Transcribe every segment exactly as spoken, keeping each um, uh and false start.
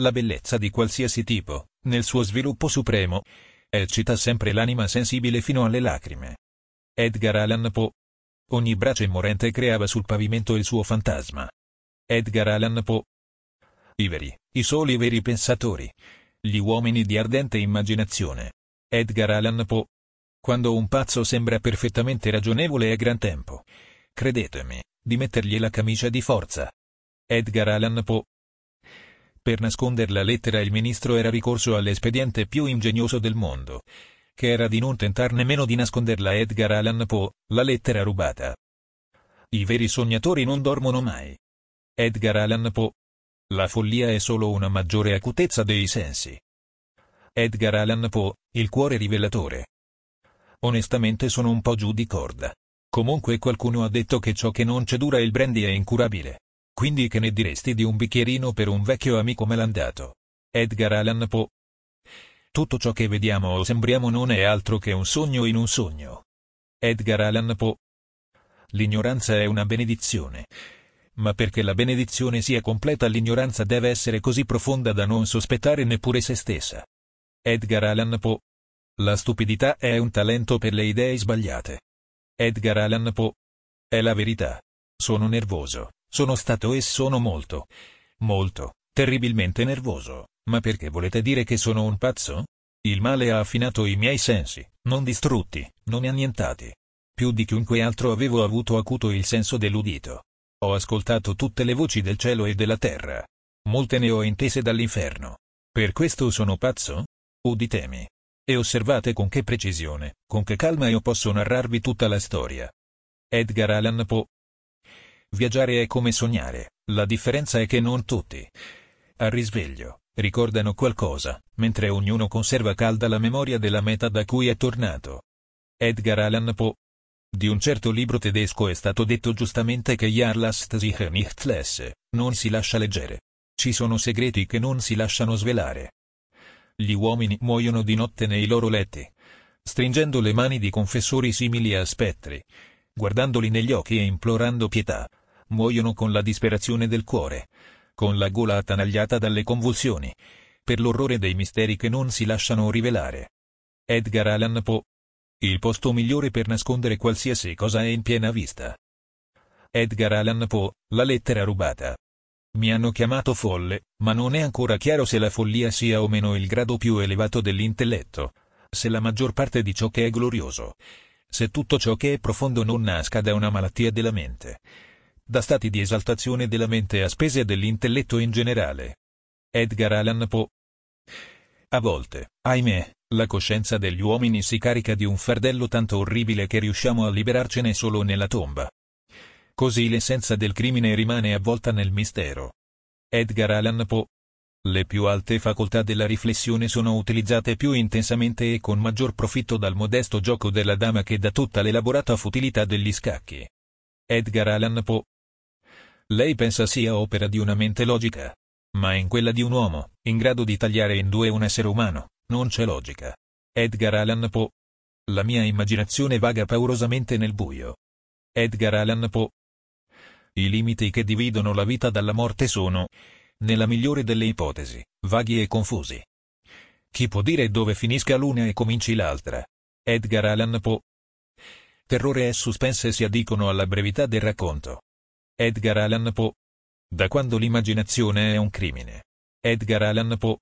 La bellezza di qualsiasi tipo, nel suo sviluppo supremo, eccita sempre l'anima sensibile fino alle lacrime. Edgar Allan Poe. Ogni brace morente creava sul pavimento il suo fantasma. Edgar Allan Poe. I veri, i soli veri pensatori. Gli uomini di ardente immaginazione. Edgar Allan Poe. Quando un pazzo sembra perfettamente ragionevole è gran tempo, credetemi, di mettergli la camicia di forza. Edgar Allan Poe. Per nascondere la lettera il ministro era ricorso all'espediente più ingegnoso del mondo, che era di non tentar nemmeno di nasconderla. Edgar Allan Poe, la lettera rubata. I veri sognatori non dormono mai. Edgar Allan Poe. La follia è solo una maggiore acutezza dei sensi. Edgar Allan Poe, il cuore rivelatore. Onestamente sono un po' giù di corda. Comunque qualcuno ha detto che ciò che non c'è dura il brandy è incurabile. Quindi che ne diresti di un bicchierino per un vecchio amico malandato? Edgar Allan Poe. Tutto ciò che vediamo o sembriamo non è altro che un sogno in un sogno. Edgar Allan Poe. L'ignoranza è una benedizione. Ma perché la benedizione sia completa l'ignoranza deve essere così profonda da non sospettare neppure se stessa. Edgar Allan Poe. La stupidità è un talento per le idee sbagliate. Edgar Allan Poe. È la verità. Sono nervoso, sono stato e sono molto, molto, terribilmente nervoso, ma perché volete dire che sono un pazzo? Il male ha affinato i miei sensi, non distrutti, non annientati. Più di chiunque altro avevo avuto acuto il senso dell'udito. Ho ascoltato tutte le voci del cielo e della terra. Molte ne ho intese dall'inferno. Per questo sono pazzo? Uditemi. E osservate con che precisione, con che calma io posso narrarvi tutta la storia. Edgar Allan Poe. Viaggiare è come sognare, la differenza è che non tutti, al risveglio, ricordano qualcosa, mentre ognuno conserva calda la memoria della meta da cui è tornato. Edgar Allan Poe. Di un certo libro tedesco è stato detto giustamente che Ja lässt sich nicht lesse, non si lascia leggere. Ci sono segreti che non si lasciano svelare. Gli uomini muoiono di notte nei loro letti, stringendo le mani di confessori simili a spettri, guardandoli negli occhi e implorando pietà. Muoiono con la disperazione del cuore, con la gola attanagliata dalle convulsioni, per l'orrore dei misteri che non si lasciano rivelare. Edgar Allan Poe. Il posto migliore per nascondere qualsiasi cosa è in piena vista. Edgar Allan Poe, la lettera rubata. Mi hanno chiamato folle, ma non è ancora chiaro se la follia sia o meno il grado più elevato dell'intelletto, se la maggior parte di ciò che è glorioso, se tutto ciò che è profondo non nasca da una malattia della mente, da stati di esaltazione della mente a spese dell'intelletto in generale. Edgar Allan Poe. A volte, ahimè, la coscienza degli uomini si carica di un fardello tanto orribile che riusciamo a liberarcene solo nella tomba. Così l'essenza del crimine rimane avvolta nel mistero. Edgar Allan Poe. Le più alte facoltà della riflessione sono utilizzate più intensamente e con maggior profitto dal modesto gioco della dama che da tutta l'elaborata futilità degli scacchi. Edgar Allan Poe. Lei pensa sia opera di una mente logica, ma in quella di un uomo, in grado di tagliare in due un essere umano, non c'è logica. Edgar Allan Poe. La mia immaginazione vaga paurosamente nel buio. Edgar Allan Poe. I limiti che dividono la vita dalla morte sono, nella migliore delle ipotesi, vaghi e confusi. Chi può dire dove finisca l'una e cominci l'altra? Edgar Allan Poe. Terrore e suspense si addicono alla brevità del racconto. Edgar Allan Poe. Da quando l'immaginazione è un crimine. Edgar Allan Poe.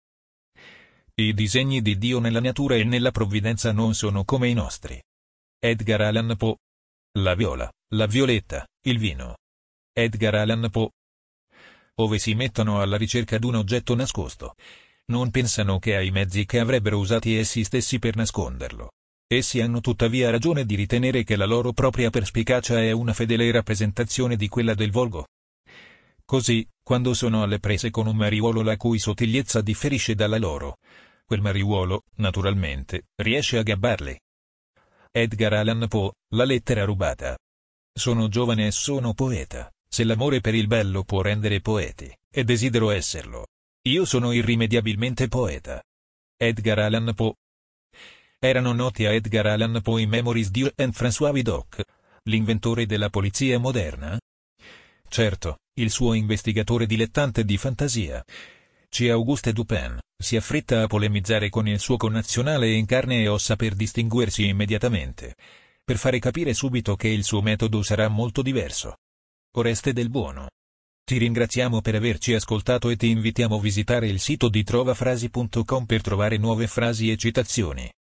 I disegni di Dio nella natura e nella provvidenza non sono come i nostri. Edgar Allan Poe. La viola, la violetta, il vino. Edgar Allan Poe. Ove si mettono alla ricerca d'un oggetto nascosto, non pensano che ai mezzi che avrebbero usati essi stessi per nasconderlo. Essi hanno tuttavia ragione di ritenere che la loro propria perspicacia è una fedele rappresentazione di quella del volgo. Così, quando sono alle prese con un mariuolo la cui sottigliezza differisce dalla loro, quel mariuolo, naturalmente, riesce a gabbarli. Edgar Allan Poe, la lettera rubata. Sono giovane e sono poeta. Se l'amore per il bello può rendere poeti, e desidero esserlo, io sono irrimediabilmente poeta. Edgar Allan Poe. Erano noti a Edgar Allan Poe i Memories di François Vidocq, l'inventore della polizia moderna? Certo, il suo investigatore dilettante di fantasia. C. Auguste Dupin, si affretta a polemizzare con il suo connazionale in carne e ossa per distinguersi immediatamente, per fare capire subito che il suo metodo sarà molto diverso. Oreste Del Buono. Ti ringraziamo per averci ascoltato e ti invitiamo a visitare il sito di trova frasi punto com per trovare nuove frasi e citazioni.